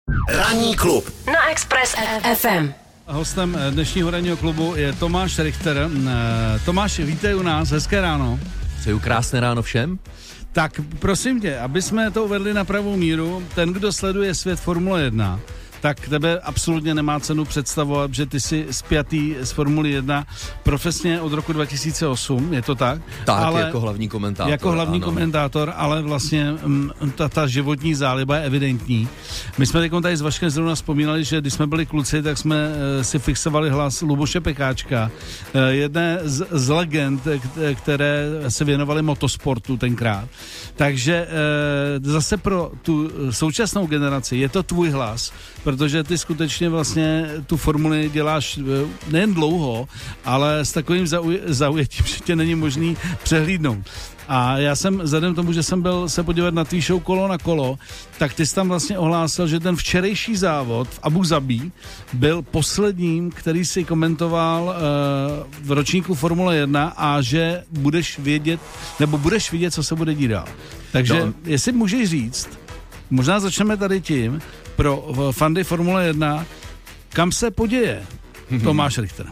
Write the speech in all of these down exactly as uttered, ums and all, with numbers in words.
Ranní klub na Express ef em. Hostem dnešního ranního klubu je Tomáš Richter. Tomáš, vítej u nás, hezké ráno. Přeju krásné ráno všem. Tak prosím tě, aby jsme to uvedli na pravou míru, ten, kdo sleduje svět Formule jedna, tak tebe absolutně nemá cenu představovat, že ty jsi spjatý z Formule jedna profesně od roku dva tisíce osm, je to tak? Tak, ale jako hlavní komentátor. Jako hlavní ano. komentátor, ale vlastně m, ta, ta životní záliba je evidentní. My jsme teď tady s Vaškem zrovna vzpomínali, že když jsme byli kluci, tak jsme e, si fixovali hlas Luboše Pekáčka, e, jedné z, z legend, k, které se věnovaly motosportu tenkrát. Takže e, zase pro tu současnou generaci je to tvůj hlas, protože ty skutečně vlastně tu formuli děláš nejen dlouho, ale s takovým zauj- zaujetím, že tě není možný přehlídnout. A já jsem, vzhledem tomu, že jsem byl se podívat na tvý show Kolo na kolo, tak ty jsi tam vlastně ohlásil, že ten včerejší závod v Abu Zabí byl posledním, který si komentoval uh, v ročníku Formule jedna a že budeš vědět, nebo budeš vidět, co se bude dít dál. Takže no. Jestli můžeš říct, možná začneme tady tím, pro fandy Formule jedna, kam se poděje Tomáš Richter?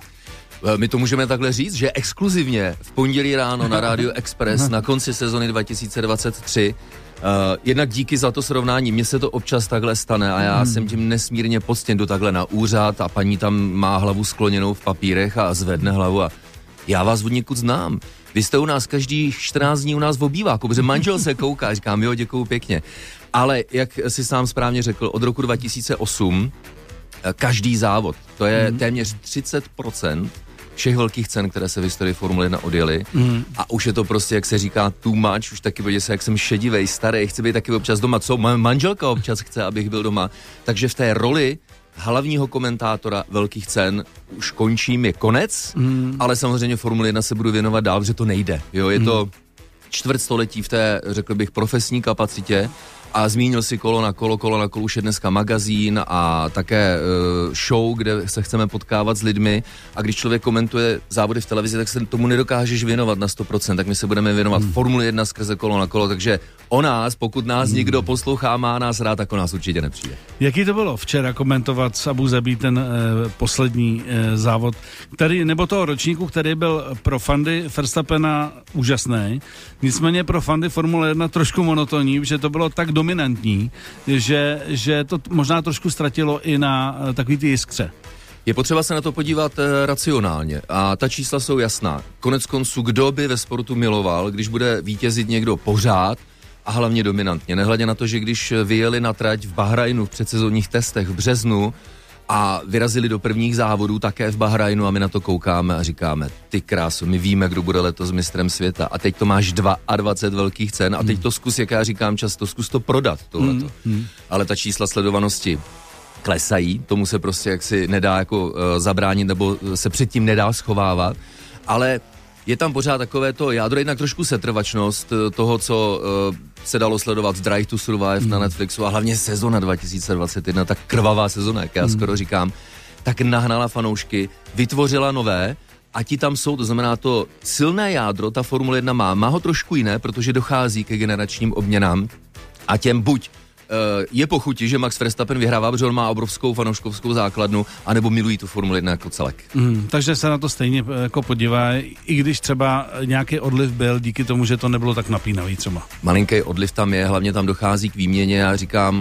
My to můžeme takhle říct, že exkluzivně v pondělí ráno na Rádiu Express na konci sezony dva tisíce dvacet tři, uh, jednak díky za to srovnání, mně se to občas takhle stane a já hmm. jsem tím nesmírně poctěn, jdu takhle na úřad a paní tam má hlavu skloněnou v papírech a zvedne hlavu a já vás od někud znám. Vy jste u nás každých čtrnáct dní u nás v obýváku, protože manžel se kouká, říkám, jo, děkuju pěkně. Ale jak si sám správně řekl, od roku dva tisíce osm každý závod, to je mm. téměř třicet procent všech velkých cen, které se v historii Formule jedna odjeli mm. a už je to prostě, jak se říká, too much, už taky podívej se, jak jsem šedivej, starý, chci být taky občas doma, co manželka občas chce, abych byl doma, takže v té roli hlavního komentátora velkých cen už končím, je konec, mm. ale samozřejmě Formule jedna se budu věnovat dál, protože to nejde, jo, je mm. to čtvrtstoletí v té, řekl bych, profesní kapacitě a zmínil si Kolo na kolo, Kolo na kolo už je dneska magazín a také uh, show, kde se chceme potkávat s lidmi a když člověk komentuje závody v televizi, tak se tomu nedokážeš věnovat na sto procent, tak my se budeme věnovat hmm. Formule jedna skrze Kolo na kolo, takže o nás, pokud nás hmm. někdo poslouchá, má nás rád, tak o nás určitě nepřijde. Jaký to bylo včera komentovat s Abu Zabí ten eh, poslední eh, závod, který, nebo toho ročníku, který byl pro fandy Verstappena úžasný, nicméně pro fandy Formule jedna trošku monotonní, že to bylo tak dominantní, že, že to možná trošku ztratilo i na uh, takový ty jiskře. Je potřeba se na to podívat e, racionálně a ta čísla jsou jasná. Konec konců, kdo by ve sportu miloval, když bude vítězit někdo pořád a hlavně dominantně. Nehledě na to, že když vyjeli na trať v Bahrajnu v předsezonních testech v březnu a vyrazili do prvních závodů také v Bahrajnu a my na to koukáme a říkáme, ty krásu, my víme, kdo bude letos mistrem světa a teď to máš dvacet dva velkých cen a teď to zkus, jak já říkám často, zkus to prodat tohleto. Mm, mm. Ale ta čísla sledovanosti klesají, tomu se prostě jaksi nedá jako uh, zabránit nebo se předtím nedá schovávat, ale je tam pořád takové to jádro, jednak trošku setrvačnost toho, co uh, se dalo sledovat z Drive to Survive mm. na Netflixu a hlavně sezona dva tisíce dvacet jedna, tak krvavá sezona, jak já mm. skoro říkám, tak nahnala fanoušky, vytvořila nové a ti tam jsou, to znamená to silné jádro, ta Formule jedna má, má ho trošku jiné, protože dochází ke generačním obměnám a těm buď je po chuti, že Max Verstappen vyhrává, protože on má obrovskou fanouškovskou základnu, anebo milují tu Formuli jedna jako celek. Mm, takže se na to stejně jako podívá, i když třeba nějaký odliv byl díky tomu, že to nebylo tak napínavý třeba. Malinký odliv tam je, hlavně tam dochází k výměně. Já říkám uh,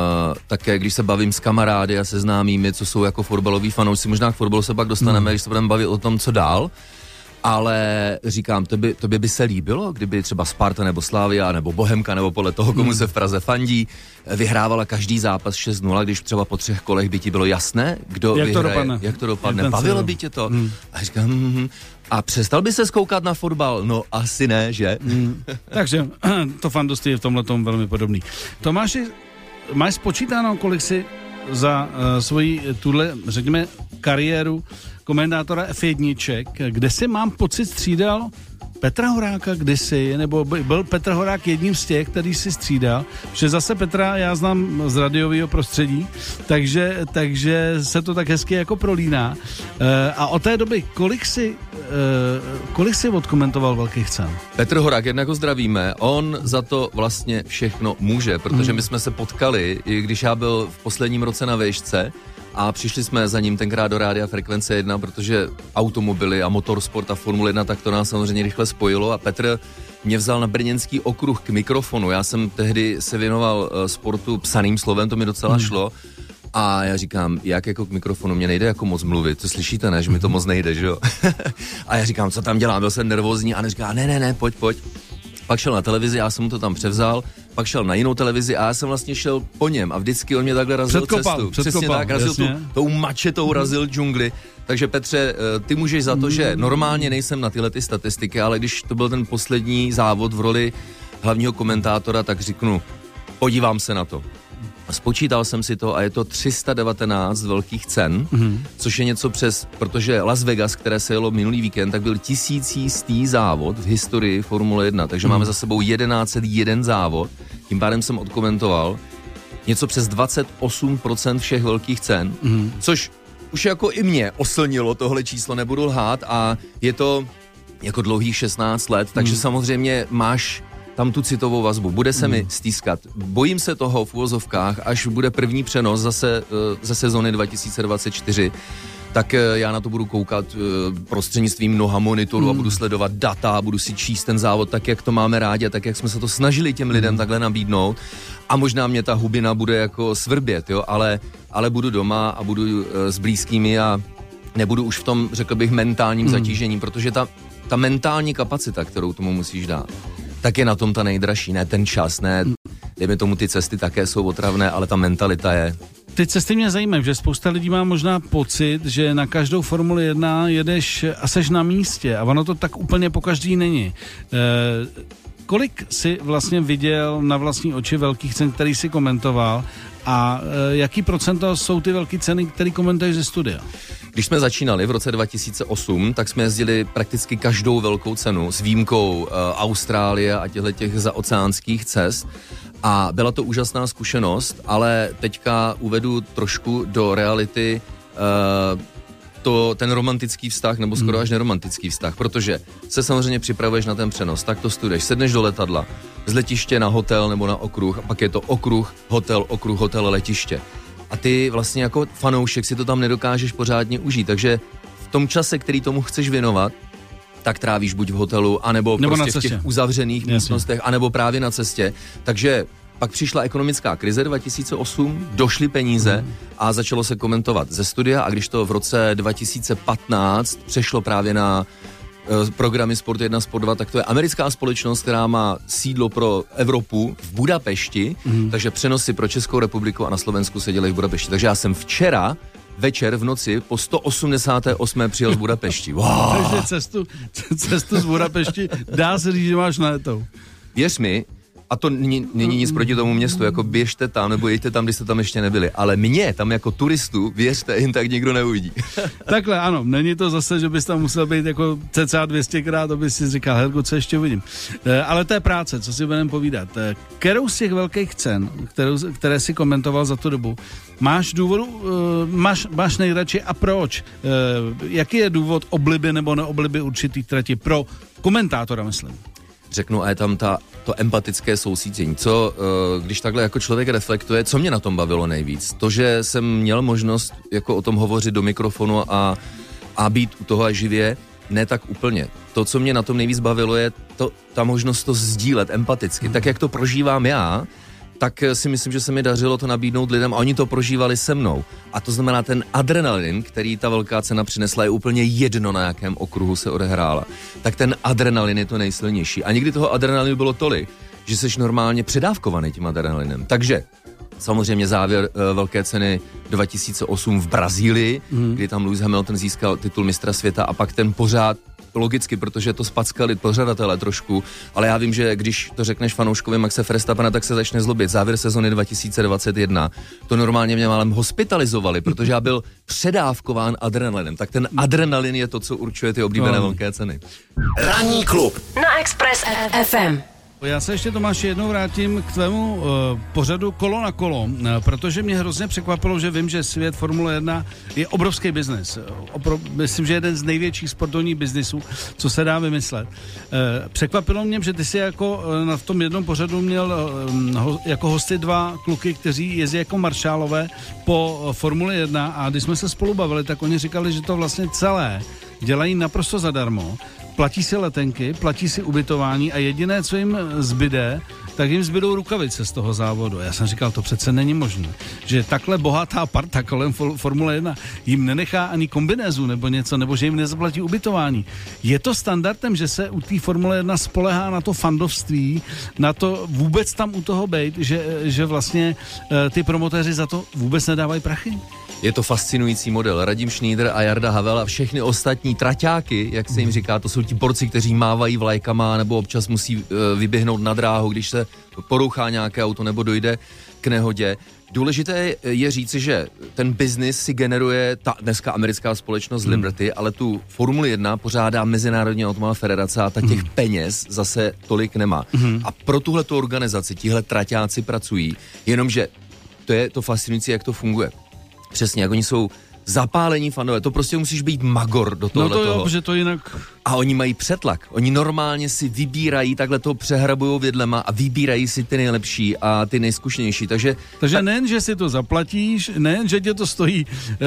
také, když se bavím s kamarády a seznámými, co jsou jako fotbaloví fanoušci, možná k fotbalu se pak dostaneme, mm. když se budeme bavit o tom, co dál. Ale říkám, tobě, tobě by se líbilo, kdyby třeba Sparta nebo Slavia nebo Bohemka nebo podle toho, komu se v Praze fandí, vyhrávala každý zápas šest nula, když třeba po třech kolech by ti bylo jasné, kdo jak vyhraje, to dopadne. jak to dopadne. Jak Bavilo by tě to? Hmm. A říkám, hm, a přestal by se skoukat na fotbal? No asi ne, že? Hmm. Takže to fandoství je v tomhletom velmi podobný. Tomáši, máš spočítáno, kolik si za uh, svoji tuhle, řekněme, kariéru komentátora ef jedna, kde si mám pocit střídal Petra Horáka kdysi, nebo byl Petr Horák jedním z těch, který si střídal, že zase Petra já znám z radiového prostředí, takže, takže se to tak hezky jako prolíná. E, a od té doby, kolik si, e, kolik si odkomentoval velkých cen? Petr Horák, jednak ho zdravíme, on za to vlastně všechno může, protože my jsme se potkali, i když já byl v posledním roce na výšce, a přišli jsme za ním tenkrát do Rádia Frekvence jedna, protože automobily a motorsport a Formule jedna, tak to nás samozřejmě rychle spojilo a Petr mě vzal na brněnský okruh k mikrofonu. Já jsem tehdy se věnoval sportu psaným slovem, to mi docela hmm. šlo. A já říkám, jak jako k mikrofonu, mě nejde jako moc mluvit, to slyšíte, ne, že mi to moc nejde, že jo? A já říkám, co tam dělám, byl jsem nervózní a neříká, ne, ne, ne, pojď, pojď. Pak šel na televizi, já jsem mu to tam převzal, pak šel na jinou televizi a já jsem vlastně šel po něm a vždycky on mě takhle razil předkopal, cestu. Předkopal, přesně tak, razil tu, tou mačetou razil mm. džungli. Takže Petře, ty můžeš za to, že normálně nejsem na tyhle ty statistiky, ale když to byl ten poslední závod v roli hlavního komentátora, tak řeknu, podívám se na to. A spočítal jsem si to a je to tři sta devatenáct velkých cen, mm. což je něco přes, protože Las Vegas, které se jelo minulý víkend, tak byl tisícistý závod v historii Formule jedna, takže mm. máme za sebou tisíc sto jedna závod, tím pádem jsem odkomentoval něco přes dvacet osm procent všech velkých cen, mm. což už jako i mě oslnilo tohle číslo, nebudu lhát a je to jako dlouhých šestnáct let, takže mm. samozřejmě máš tam tu citovou vazbu. Bude se mm. mi stýskat. Bojím se toho v uvozovkách, až bude první přenos zase ze sezony dva tisíce dvacet čtyři, tak já na to budu koukat prostřednictvím mnoha monitorů mm. a budu sledovat data, budu si číst ten závod tak, jak to máme rádi a tak, jak jsme se to snažili těm lidem mm. takhle nabídnout. A možná mě ta hubina bude jako svrbět, jo, ale, ale budu doma a budu s blízkými a nebudu už v tom, řekl bych, mentálním mm. zatížení, protože ta, ta mentální kapacita, kterou tomu musíš dát, tak je na tom ta nejdražší, ne ten čas, ne, dejme tomu ty cesty také jsou otravné, ale ta mentalita je. Ty cesty mě zajímají, že spousta lidí má možná pocit, že na každou Formuli jedna jedeš a seš na místě a ono to tak úplně po každý není. E, kolik jsi vlastně viděl na vlastní oči velkých cen, který jsi komentoval a e, jaký procento jsou ty velké ceny, které komentuješ ze studia? Když jsme začínali v roce dva tisíce osm, tak jsme jezdili prakticky každou velkou cenu s výjimkou uh, Austrálie a těchto těch zaoceánských cest a byla to úžasná zkušenost, ale teďka uvedu trošku do reality uh, to, ten romantický vztah, nebo skoro až neromantický vztah, protože se samozřejmě připravuješ na ten přenos, tak to studuješ, sedneš do letadla, z letiště na hotel nebo na okruh a pak je to okruh, hotel, okruh, hotel, letiště. A ty vlastně jako fanoušek si to tam nedokážeš pořádně užít, takže v tom čase, který tomu chceš věnovat, tak trávíš buď v hotelu, anebo nebo prostě v těch uzavřených Jasně. místnostech, anebo právě na cestě. Takže pak přišla ekonomická krize dva tisíce osm, došly peníze mm. a začalo se komentovat ze studia a když to v roce dva tisíce patnáct přešlo právě na programy Sport jedna, Sport dva, tak to je americká společnost, která má sídlo pro Evropu v Budapešti, mm. takže přenosy pro Českou republiku a na Slovensku se dělají v Budapešti. Takže já jsem včera večer v noci po sto osmdesáté osmé přijel z Budapešti. Wow. Takže cestu, cestu z Budapešti dá se říct, že máš najetou. Věř mi, a to není, není nic proti tomu městu, jako běžte tam, nebo jeďte tam, když jste tam ještě nebyli. Ale mě tam jako turistu, věřte, jen tak nikdo neuvidí. Takhle, ano, není to zase, že bys tam musel být jako cca dvě stě krát, aby si říkal, Helko, co ještě uvidím. E, ale to je práce, co si budeme povídat. E, kterou z těch velkých cen, kterou, které si komentoval za tu dobu, máš důvodu, e, máš, máš nejradši a proč? E, jaký je důvod obliby nebo neobliby určitý trati pro komentátora, myslím? Řeknu, a je tam ta, to empatické soucítění. Co, když takhle jako člověk reflektuje, co mě na tom bavilo nejvíc? To, že jsem měl možnost jako o tom hovořit do mikrofonu a, a být u toho a živě, ne tak úplně. To, co mě na tom nejvíc bavilo, je to, ta možnost to sdílet empaticky. Tak, jak to prožívám já, tak si myslím, že se mi dařilo to nabídnout lidem a oni to prožívali se mnou. A to znamená, ten adrenalin, který ta velká cena přinesla, je úplně jedno, na jakém okruhu se odehrála. Tak ten adrenalin je to nejsilnější. A někdy toho adrenalinu bylo tolik, že jsi normálně předávkovaný tím adrenalinem. Takže samozřejmě závěr uh, velké ceny dva tisíce osm v Brazílii, mm. kdy tam Lewis Hamilton získal titul mistra světa a pak ten pořád logicky, protože to spackali pořadatelé trošku, ale já vím, že když to řekneš fanouškovi Maxe Verstappena, tak se začne zlobit. Závěr sezony dva tisíce dvacet jedna. To normálně mě málem hospitalizovali, protože já byl předávkován adrenalinem. Tak ten adrenalin je to, co určuje ty oblíbené no. velké ceny. Ranní klub na Express ef em. Já se ještě, Tomáši, jednou vrátím k tvému uh, pořadu Kolo na kolo, uh, protože mě hrozně překvapilo, že vím, že svět Formule jedna je obrovský biznis. Opro- myslím, že jeden z největších sportovních biznisů, co se dá vymyslet. Uh, překvapilo mě, že ty jsi jako uh, v tom jednom pořadu měl uh, ho, jako hosty dva kluky, kteří jezdí jako maršálové po uh, Formule jedna, a když jsme se spolu bavili, tak oni říkali, že to vlastně celé dělají naprosto zadarmo. Platí si letenky, platí si ubytování a jediné, co jim zbyde, tak jim zbydou rukavice z toho závodu. Já jsem říkal, to přece není možné, že takhle bohatá parta kolem Formule jedna jim nenechá ani kombinézu nebo něco, nebo že jim nezaplatí ubytování. Je to standardem, že se u té Formule jedna spolehá na to fandovství, na to vůbec tam u toho bejt, že, že vlastně ty promotéři za to vůbec nedávají prachy? Je to fascinující model. Radim Schneider a Jarda Havel a všechny ostatní traťáky, jak se jim říká, to jsou ti borci, kteří mávají vlajkama nebo občas musí uh, vyběhnout na dráhu, když se porouchá nějaké auto nebo dojde k nehodě. Důležité je říci, že ten biznis si generuje ta dneska americká společnost hmm. Liberty, ale tu Formuli jedna pořádá Mezinárodní automobilová federace a ta těch hmm. peněz zase tolik nemá. Hmm. A pro tuhletu organizaci tihle traťáci pracují, jenomže to je to fascinující, jak to funguje. Přesně, jak oni jsou zapálení fanové, to prostě musíš být magor do tohohle toho. No to jo, protože to jinak... A oni mají přetlak, oni normálně si vybírají, takhle to přehrabujou vědlema a vybírají si ty nejlepší a ty nejzkušenější, takže... Takže ta... nejen, že si to zaplatíš, nejen, že tě to stojí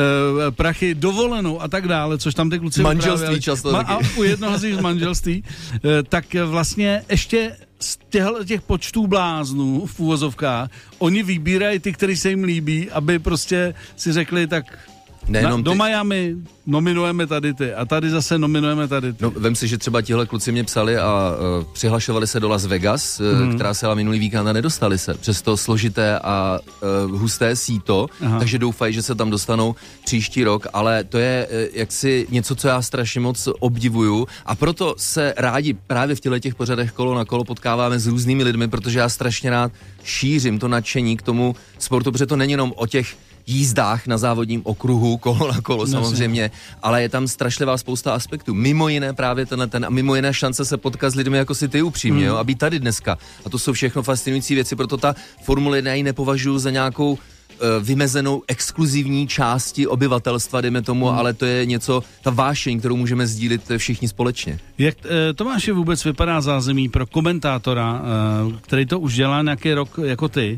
e, prachy, dovolenou a tak dále, což tam ty kluci... Manželství vyprávěli, často ma, taky. A u jednoho z nich manželství, e, tak vlastně ještě z těchto těch počtů bláznů v úvozovkách, oni vybírají ty, který se jim líbí, aby prostě si řekli, tak na, do Miami nominujeme tady ty a tady zase nominujeme tady ty. No, vem si, že třeba tihle kluci mě psali a uh, přihlašovali se do Las Vegas, uh, hmm. která se ale minulý víkend a nedostali se. Přes to složité a uh, husté síto, Aha. takže doufají, že se tam dostanou příští rok, ale to je uh, jaksi něco, co já strašně moc obdivuju a proto se rádi právě v těchto těch pořadech Kolo na kolo potkáváme s různými lidmi, protože já strašně rád šířím to nadšení k tomu sportu, protože to není jenom o těch jízdách na závodním okruhu, kolo na kolo samozřejmě, ale je tam strašlivá spousta aspektů. Mimo jiné právě tenhle ten a mimo jiné šance se potkat s lidmi jako si ty upřímně, hmm. jo, a být tady dneska. A to jsou všechno fascinující věci, proto ta Formule jedna ji nepovažuji za nějakou uh, vymezenou exkluzivní části obyvatelstva, dejme tomu, hmm. ale to je něco, ta vášeň, kterou můžeme sdílit všichni společně. Jak uh, Tomáši vůbec vypadá zázemí pro komentátora, uh, který to už dělá nějaký rok jako ty,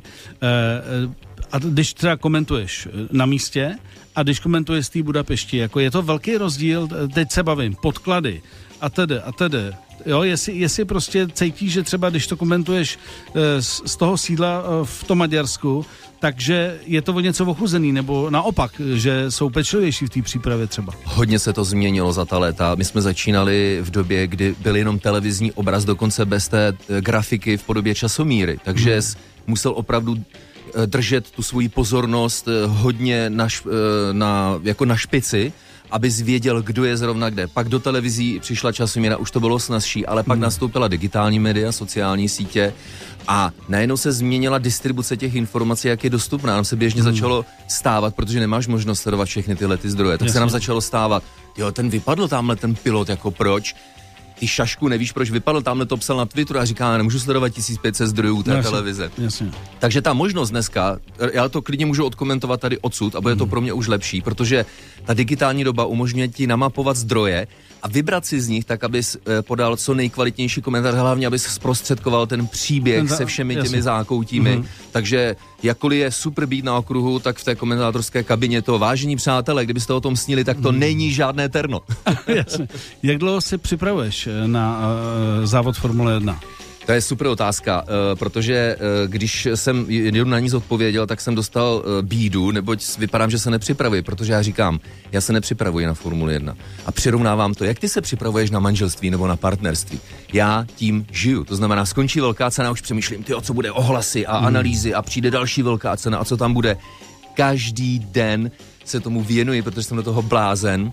uh, uh, a když třeba komentuješ na místě a když komentuješ z té Budapešti, jako je to velký rozdíl, teď se bavím, podklady a tedy a tedy. Jo, jestli, jestli prostě cítíš, že třeba když to komentuješ z, z toho sídla v tom Maďarsku, takže je to o něco ochuzený, nebo naopak, že jsou pečlivější v té přípravě třeba. Hodně se to změnilo za ta léta. My jsme začínali v době, kdy byl jenom televizní obraz, dokonce bez té grafiky v podobě časomíry, takže hmm. musel opravdu držet tu svoji pozornost hodně na, na, jako na špici, abys věděl, kdo je zrovna kde. Pak do televizí přišla časomíra, už to bylo snazší, ale pak hmm. nastoupila digitální média, sociální sítě a najednou se změnila distribuce těch informací, jak je dostupná. Nám se běžně hmm. začalo stávat, protože nemáš možnost sledovat všechny tyhle ty zdroje, tak Jasně. se nám začalo stávat, jo, ten vypadl tamhle ten pilot, jako proč? Ty šašku, nevíš, proč vypadl, tamhle to psal na Twitteru a říká, nemůžu sledovat tisíc pět set zdrojů té jasně, televize. Jasně. Takže ta možnost dneska, já to klidně můžu odkomentovat tady odsud a bude to pro mě už lepší, protože ta digitální doba umožňuje ti namapovat zdroje a vybrat si z nich tak, abys podal co nejkvalitnější komentář, hlavně abys zprostředkoval ten příběh ten ta, se všemi jasně. těmi zákoutími. Mm-hmm. Takže jakkoliv je super být na okruhu, tak v té komentátorské kabině to, vážení přátelé, kdybyste o tom snili, tak to mm. není žádné terno. Jasně. Jak dlouho si připravuješ na uh, závod Formule jedna? To je super otázka, uh, protože uh, když jsem jednou na ní zodpověděl, tak jsem dostal uh, bídu, neboť vypadám, že se nepřipravuji, protože já říkám, já se nepřipravuji na Formule jedna. A přirovnávám to, jak ty se připravuješ na manželství nebo na partnerství. Já tím žiju, to znamená, skončí velká cena, už přemýšlím, tyjo, co bude ohlasy a hmm. analýzy a přijde další velká cena a co tam bude. Každý den se tomu věnuji, protože jsem do toho blázen.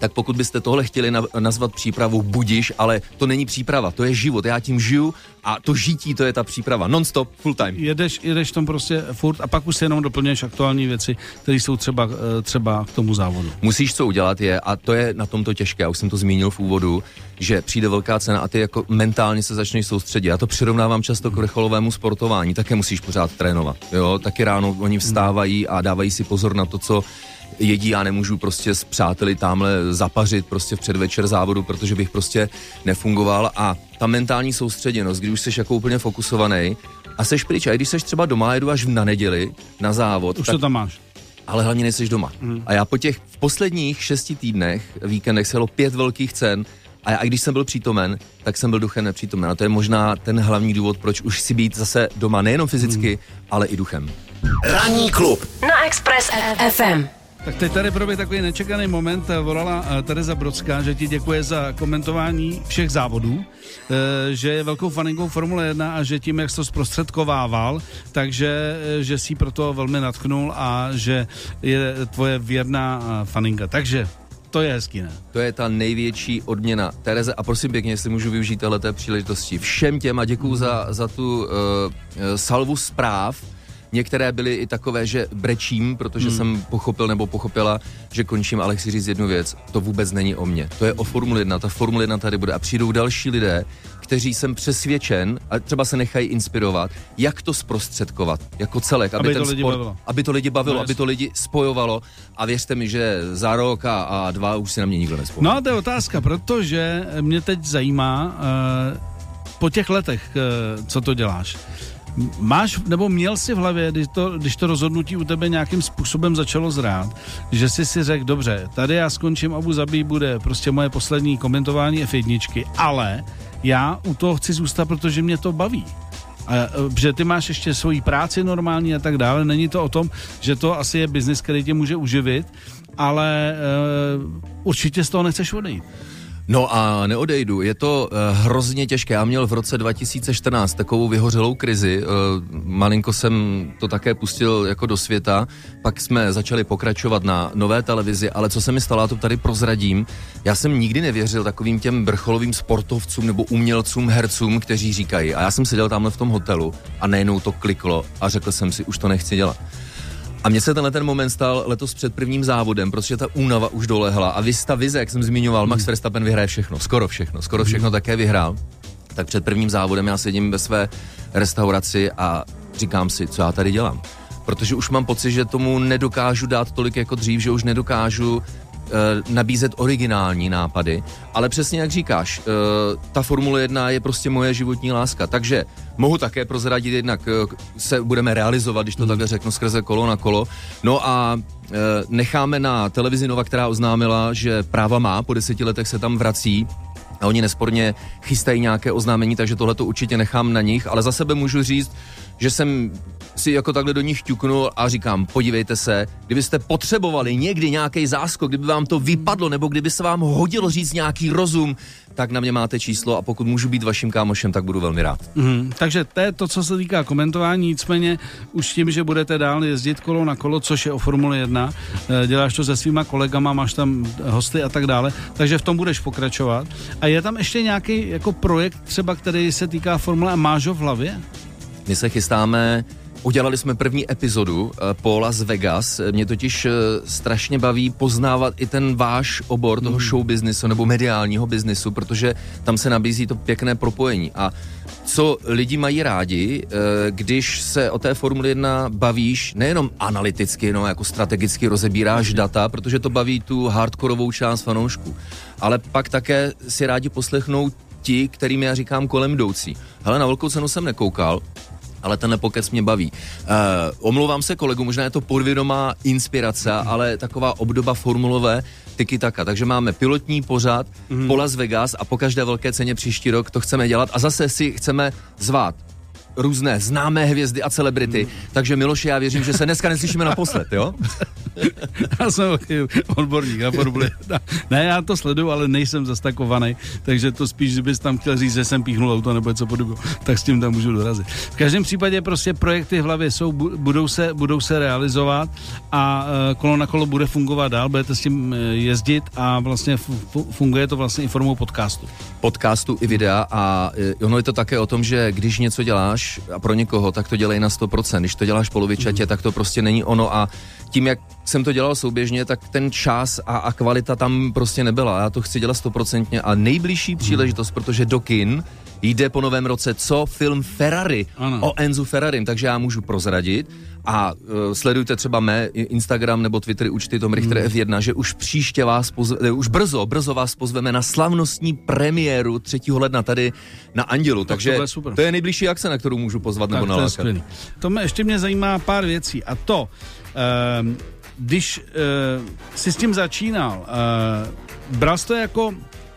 tak pokud byste tohle chtěli na, nazvat přípravou, budiš, ale to není příprava, to je život, já tím žiju a to žití, to je ta příprava, non-stop, full time. Jedeš, jedeš tom prostě furt a pak už si jenom doplňuješ aktuální věci, které jsou třeba, třeba k tomu závodu. Musíš co udělat je, a to je na tomto těžké, já už jsem to zmínil v úvodu, že přijde velká cena a ty jako mentálně se začneš soustředit. Já to přirovnávám často k vrcholovému sportování, také musíš pořád trénovat, jo, taky ráno oni vstávají a dávají si pozor na to, co jedí, já nemůžu prostě s přáteli tamhle zapařit prostě v předvečer závodu, protože bych prostě nefungoval a ta mentální soustředěnost, když už jsi jako úplně fokusovaný a seš pryč, a když seš třeba doma, jedu až na neděli na závod. Už tak, to tam máš. Ale hlavně nejseš doma. Mm. A já po těch v posledních šesti týdnech, víkendech se jelo pět velkých cen a já, a když jsem byl přítomen, tak jsem byl duchem nepřítomen. A to je možná ten hlavní důvod, proč už si být zase doma nejenom fyzicky, mm. ale i duchem. Ranní klub na Express ef em. Tak teď tady proběh takový nečekaný moment, volala Tereza Brodská, že ti děkuje za komentování všech závodů, že je velkou faninkou Formule jedna a že tím, jak jsi to zprostředkovával, takže že si proto velmi nadchnul a že je tvoje věrná faninka. Takže to je hezký, ne? To je ta největší odměna. Tereze, a prosím pěkně, jestli můžu využít téhleté příležitosti. Všem těm a děkuju za, za tu uh, salvu zpráv. Některé byly i takové, že brečím, protože hmm. jsem pochopil nebo pochopila, že končím, ale chci říct jednu věc. To vůbec není o mně. To je o Formule jedna. Ta Formule jedna tady bude a přijdou další lidé, kteří jsem přesvědčen a třeba se nechají inspirovat, jak to zprostředkovat jako celek, aby, aby ten to lidi sport, bavilo. aby to lidi bavilo, no, aby to lidi spojovalo a věřte mi, že za rok a, a dva už si na mě nikdo nespomíná. No a to je otázka, protože mě teď zajímá uh, po těch letech, uh, co to děláš. Máš, nebo měl jsi v hlavě, když to, když to rozhodnutí u tebe nějakým způsobem začalo zrát, že jsi si řekl, dobře, tady já skončím Abu Zabí, bude prostě moje poslední komentování ef jedna, ale já u toho chci zůstat, protože mě to baví. A, že ty máš ještě svoji práci normální a tak dále, není to o tom, že to asi je biznis, který tě může uživit, ale uh, určitě z toho nechceš odejít. No a neodejdu, je to uh, hrozně těžké. Já měl v roce dva tisíce čtrnáct takovou vyhořelou krizi, uh, malinko jsem to také pustil jako do světa, pak jsme začali pokračovat na Nové televizi, ale co se mi stalo, já to tady prozradím, já jsem nikdy nevěřil takovým těm vrcholovým sportovcům nebo umělcům, hercům, kteří říkají, a já jsem seděl tamhle v tom hotelu a najednou to kliklo a řekl jsem si, už to nechci dělat. A mně se tenhle ten moment stal letos před prvním závodem, protože ta únava už dolehla a vy ta vize, jak jsem zmiňoval, Max Verstappen vyhraje všechno, skoro všechno, skoro všechno také vyhrál. Tak před prvním závodem já sedím ve své restauraci a říkám si, co já tady dělám. Protože už mám pocit, že tomu nedokážu dát tolik jako dřív, že už nedokážu nabízet originální nápady, ale přesně jak říkáš, ta Formule jedna je prostě moje životní láska, takže mohu také prozradit, jednak se budeme realizovat, když to takhle řeknu, skrze kolo na kolo, no a necháme na televizi Nova, která oznámila, že práva má, po deseti letech se tam vrací, a oni nesporně chystají nějaké oznámení, takže tohle to určitě nechám na nich, ale za sebe můžu říct, že jsem si jako takhle do nich ťuknul a říkám, podívejte se, kdybyste potřebovali někdy nějaký záskok, kdyby vám to vypadlo, nebo kdyby se vám hodilo říct nějaký rozum, tak na mě máte číslo a pokud můžu být vaším kámošem, tak budu velmi rád. Mm, takže to je to, co se týká komentování, nicméně už tím, že budete dál jezdit kolo na kolo, což je o Formule jedna, děláš to se svýma kolegama, máš tam hosty a tak dále, takže v tom budeš pokračovat. A je tam ještě nějaký jako projekt třeba, který se týká Formule a máš ho v hlavě? My se chystáme, udělali jsme první epizodu uh, po Las Vegas, mě totiž uh, strašně baví poznávat i ten váš obor toho mm. show businessu nebo mediálního biznisu, protože tam se nabízí to pěkné propojení a co lidi mají rádi, uh, když se o té Formule jedna bavíš nejenom analyticky, no jako strategicky rozebíráš data, protože to baví tu hardkorovou část fanoušků, ale pak také si rádi poslechnou ti, kterým já říkám kolem jdoucí. Hele, na velkou cenu jsem nekoukal, ale tenhle pokec mě baví. Uh, omlouvám se kolegu, možná je to podvědomá inspirace, ale taková obdoba formulové tiki-taka. Takže máme pilotní pořad mm. po Las Vegas a po každé velké ceně příští rok to chceme dělat a zase si chceme zvát různé známé hvězdy a celebrity, takže Miloši, já věřím, že se dneska neslyšíme naposled, jo? Já jsem odborník na Formuli. Ne, já to sleduju, ale nejsem zastakovaný, takže to spíš, že bys tam chtěl říct, že jsem píchnul auto nebo něco podobného, tak s tím tam můžu dorazit. V každém případě prostě projekty v hlavě jsou, budou se, budou se realizovat a kolo na kolo bude fungovat dál, budete s tím jezdit a vlastně funguje to vlastně i formou podcastu. Podcastu i videa a ono je to také o tom, že když něco děláš a pro někoho, tak to dělej na sto procent. Když to děláš polovičatě, mm. tak to prostě není ono a tím, jak jsem to dělal souběžně, tak ten čas a, a kvalita tam prostě nebyla. Já to chci dělat stoprocentně a nejbližší příležitost, protože do kin jde po novém roce co? Film Ferrari ano. o Enzu Ferrarim, takže já můžu prozradit a uh, sledujte třeba mé Instagram nebo Twitter účty Tom Richter hmm. F jedna, že už příště vás pozve, už brzo, brzo vás pozveme na slavnostní premiéru třetího ledna tady na Andělu, takže to je, to je nejbližší akce, na kterou můžu pozvat tak nebo nalákat. To mě ještě mě zajímá pár věcí a to, uh, když uh, jsi s tím začínal, uh, bral jsi to jako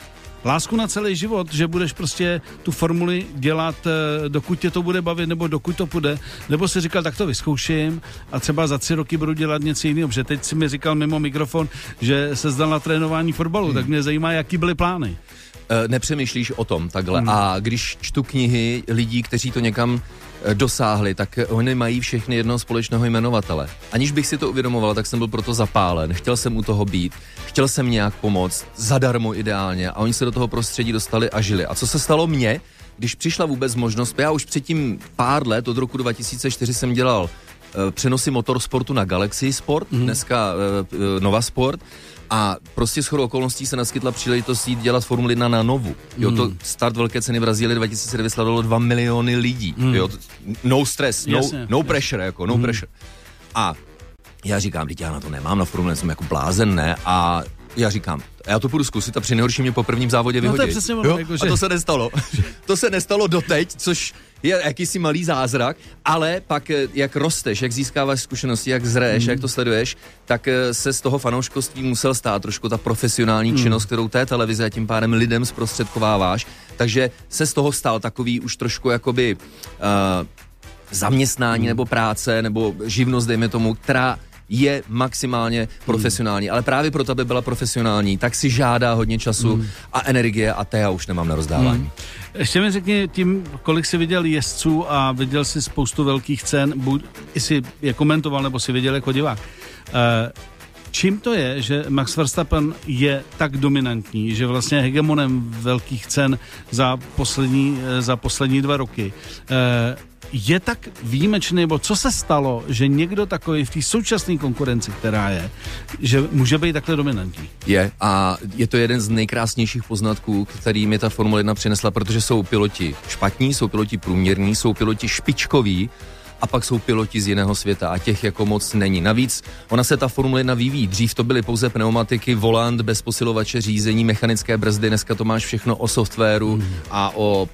lásku na celý život, že budeš prostě tu formuli dělat, dokud tě to bude bavit, nebo dokud to půjde, nebo si říkal, tak to vyzkouším a třeba za tři roky budu dělat něco jiného, protože teď si mi říkal mimo mikrofon, že se zdal na trénování fotbalu, hmm. tak mě zajímá, jaký byly plány. Nepřemýšlíš o tom takhle hmm. a když čtu knihy lidí, kteří to někam dosáhli, tak oni mají všechny jednoho společného jmenovatele. Aniž bych si to uvědomoval, tak jsem byl proto zapálen, chtěl jsem u toho být, chtěl jsem nějak pomoct, zadarmo ideálně a oni se do toho prostředí dostali a žili. A co se stalo mně, když přišla vůbec možnost, já už předtím pár let, od roku dva tisíce čtyři jsem dělal uh, přenosy motorsportu na Galaxy Sport, hmm. dneska uh, uh, Nova Sport, a prostě shodou okolností se naskytla příležitost jít dělat Formuli jedna na Novu. Jo, to start velké ceny Brazílie dva tisíce devět sledovalo dva miliony lidí. Mm. Jo, no stress, no, jasně, no pressure, jasně. jako no mm. pressure. A já říkám, teď já na to nemám, na Formuli jsem jako blázen, ne? A já říkám, já to půjdu zkusit a při nejhorším mě po prvním závodě vyhodí. No to je přesně ono, jako, že... A to se nestalo. To se nestalo doteď, což je jakýsi malý zázrak, ale pak jak rosteš, jak získáváš zkušenosti, jak zraješ, mm. jak to sleduješ, tak se z toho fanouškovství musel stát trošku ta profesionální mm. činnost, kterou té televize a tím pádem lidem zprostředkováváš. Takže se z toho stal takový už trošku jakoby uh, zaměstnání mm. nebo práce nebo živnost, dejme tomu, která je maximálně profesionální, hmm. ale právě proto, aby byla profesionální, tak si žádá hodně času hmm. a energie a té já už nemám na rozdávání. Hmm. Ještě mi řekni tím, kolik jsi viděl jezdců a viděl jsi spoustu velkých cen, buď jsi je komentoval, nebo si viděl jako divák. Uh, čím to je, že Max Verstappen je tak dominantní, že vlastně hegemonem velkých cen za poslední, za poslední dva roky? Uh, je tak výjimečný, nebo co se stalo, že někdo takový v té současné konkurenci, která je, že může být takhle dominantní? Je a je to jeden z nejkrásnějších poznatků, který mi ta Formule jedna přinesla, protože jsou piloti špatní, jsou piloti průměrní, jsou piloti špičkoví a pak jsou piloti z jiného světa a těch jako moc není. Navíc ona se ta Formule jedna vyvíjí. Dřív to byly pouze pneumatiky, volant bez posilovače řízení, mechanické brzdy, dneska to máš všechno o softwaru mm. a o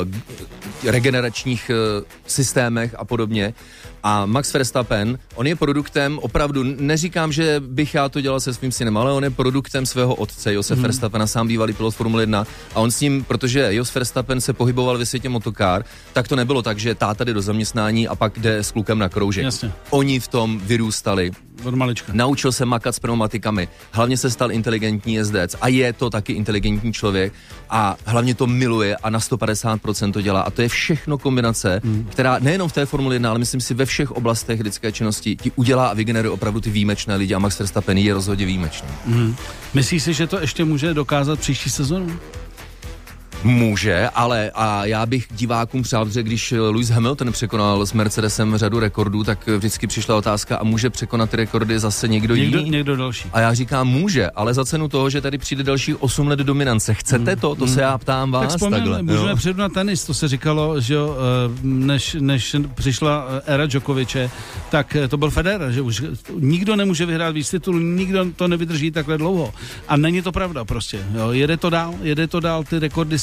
uh, regeneračních uh, systémech a podobně. A Max Verstappen, on je produktem, opravdu, neříkám, že bych já to dělal se svým synem, ale on je produktem svého otce, Josef mm. Verstappena, sám bývalý pilot Formule jedna. A on s ním, protože Jos Verstappen se pohyboval ve světě motokár, tak to nebylo tak, že táta jde do zaměstnání a pak jde s klukem na kroužek. Jasně. Oni v tom vyrůstali. Od malička. Naučil se makat s pneumatikami, hlavně se stal inteligentní jezdec a je to taky inteligentní člověk a hlavně to miluje a na sto padesát procent to dělá a to je všechno kombinace, mm. která nejenom v té Formule jedna, ale myslím si ve všech oblastech lidské činnosti ti udělá a vygeneruje opravdu ty výjimečné lidi a Max Verstappen je rozhodně výjimečný. Mm. Myslíš si, že to ještě může dokázat příští sezonu? Může, ale a já bych divákům přál, že když Lewis Hamilton překonal s Mercedesem řadu rekordů, tak vždycky přišla otázka, a může překonat ty rekordy zase někdo, někdo jiný? Někdo další. A já říkám, může, ale za cenu toho, že tady přijde dalších osm let dominance. Chcete to? To mm. se já ptám vás. Tak vzpomněl, takhle. Můžeme přejít na tenis, to se říkalo, že jo, než, než přišla éra Djokoviče, tak to byl Federer, že už nikdo nemůže vyhrát víc titulů, nikdo to nevydrží takhle dlouho. A není to pravda prostě. Jo. Jede to dál, jede to dál, ty rekordy se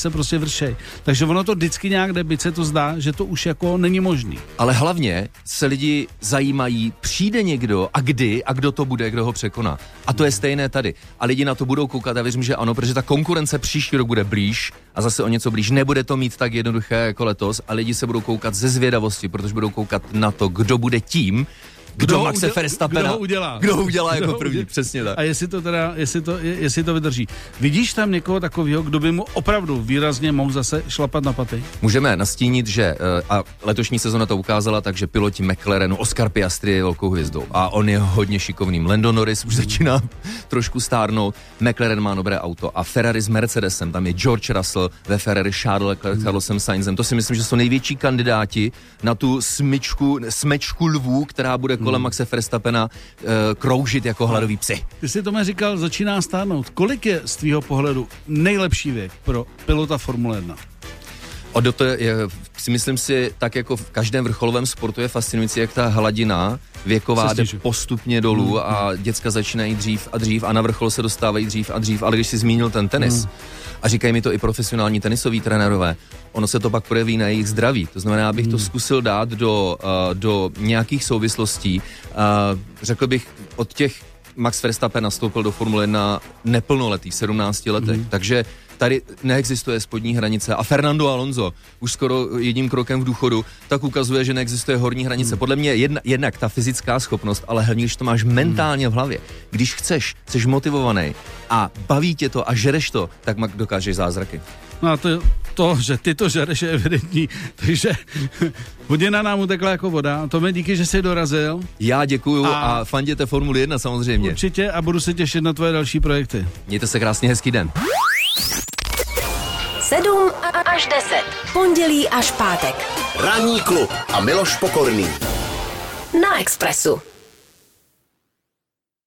se prostě vršej. Takže ono to vždycky nějak jde, byť se to zdá, že to už jako není možný. Ale hlavně se lidi zajímají, přijde někdo a kdy a kdo to bude, kdo ho překoná. A to je stejné tady. A lidi na to budou koukat a věřím, že ano, protože ta konkurence příští rok bude blíž a zase o něco blíž. Nebude to mít tak jednoduché jako letos a lidi se budou koukat ze zvědavosti, protože budou koukat na to, kdo bude tím, Kdo, kdo Maxe Verstappena, kdo ho udělá, kdo ho udělá kdo jako ho první, udělá. Přesně tak. A jestli to teda, jestli to, jestli to vydrží. Vidíš tam někoho takového, kdo by mu opravdu výrazně mohl zase šlapat na paty? Můžeme nastínit, že a letošní sezona to ukázala, takže piloti McLarenu, Oscar Piastri je velkou hvězdou a on je hodně šikovným. Lando Norris už začíná trošku stárnout, McLaren má dobré auto a Ferrari s Mercedesem, tam je George Russell, ve Ferrari Charles Leclerc, Carlosem Sainzem. To si myslím, že jsou největší kandidáti na tu smyčku, smečku lvů, která bude kolem hmm. Maxe Verstappena uh, kroužit jako hladový psy. Ty jsi Tome říkal, začíná stárnout. Kolik je z tvýho pohledu nejlepší věk pro pilota Formule jedna? O, do to je, si myslím si, tak jako v každém vrcholovém sportu je fascinující, jak ta hladina věková jde postupně dolů hmm. a děcka začínají dřív a dřív a na vrchol se dostávají dřív a dřív, ale když si zmínil ten tenis, hmm. a říkají mi to i profesionální tenisoví trenérové, ono se to pak projeví na jejich zdraví. To znamená, abych hmm. to zkusil dát do, uh, do nějakých souvislostí. Uh, řekl bych, od těch Max Verstappen nastoupil do Formule jedna neplnoletý, v sedmnácti letech, hmm. takže tady neexistuje spodní hranice a Fernando Alonso už skoro jedním krokem v důchodu, tak ukazuje, že neexistuje horní hranice. Hmm. Podle mě jedna, jednak ta fyzická schopnost, ale hlavně, když to máš mentálně v hlavě, když chceš, jsi motivovaný a baví tě to a žereš to, tak dokážeš zázraky. No a to, to, že ty to žereš, je evidentní, takže hodina nám utekla jako voda. Tome, díky, že jsi dorazil. Já děkuju a, a fanděte Formuli jedna samozřejmě. Určitě a budu se těšit na tvoje další projekty. Mějte se krásně, hezký den. sedm až deset. Pondělí až pátek. Ranní klub a Miloš Pokorný. Na Expressu.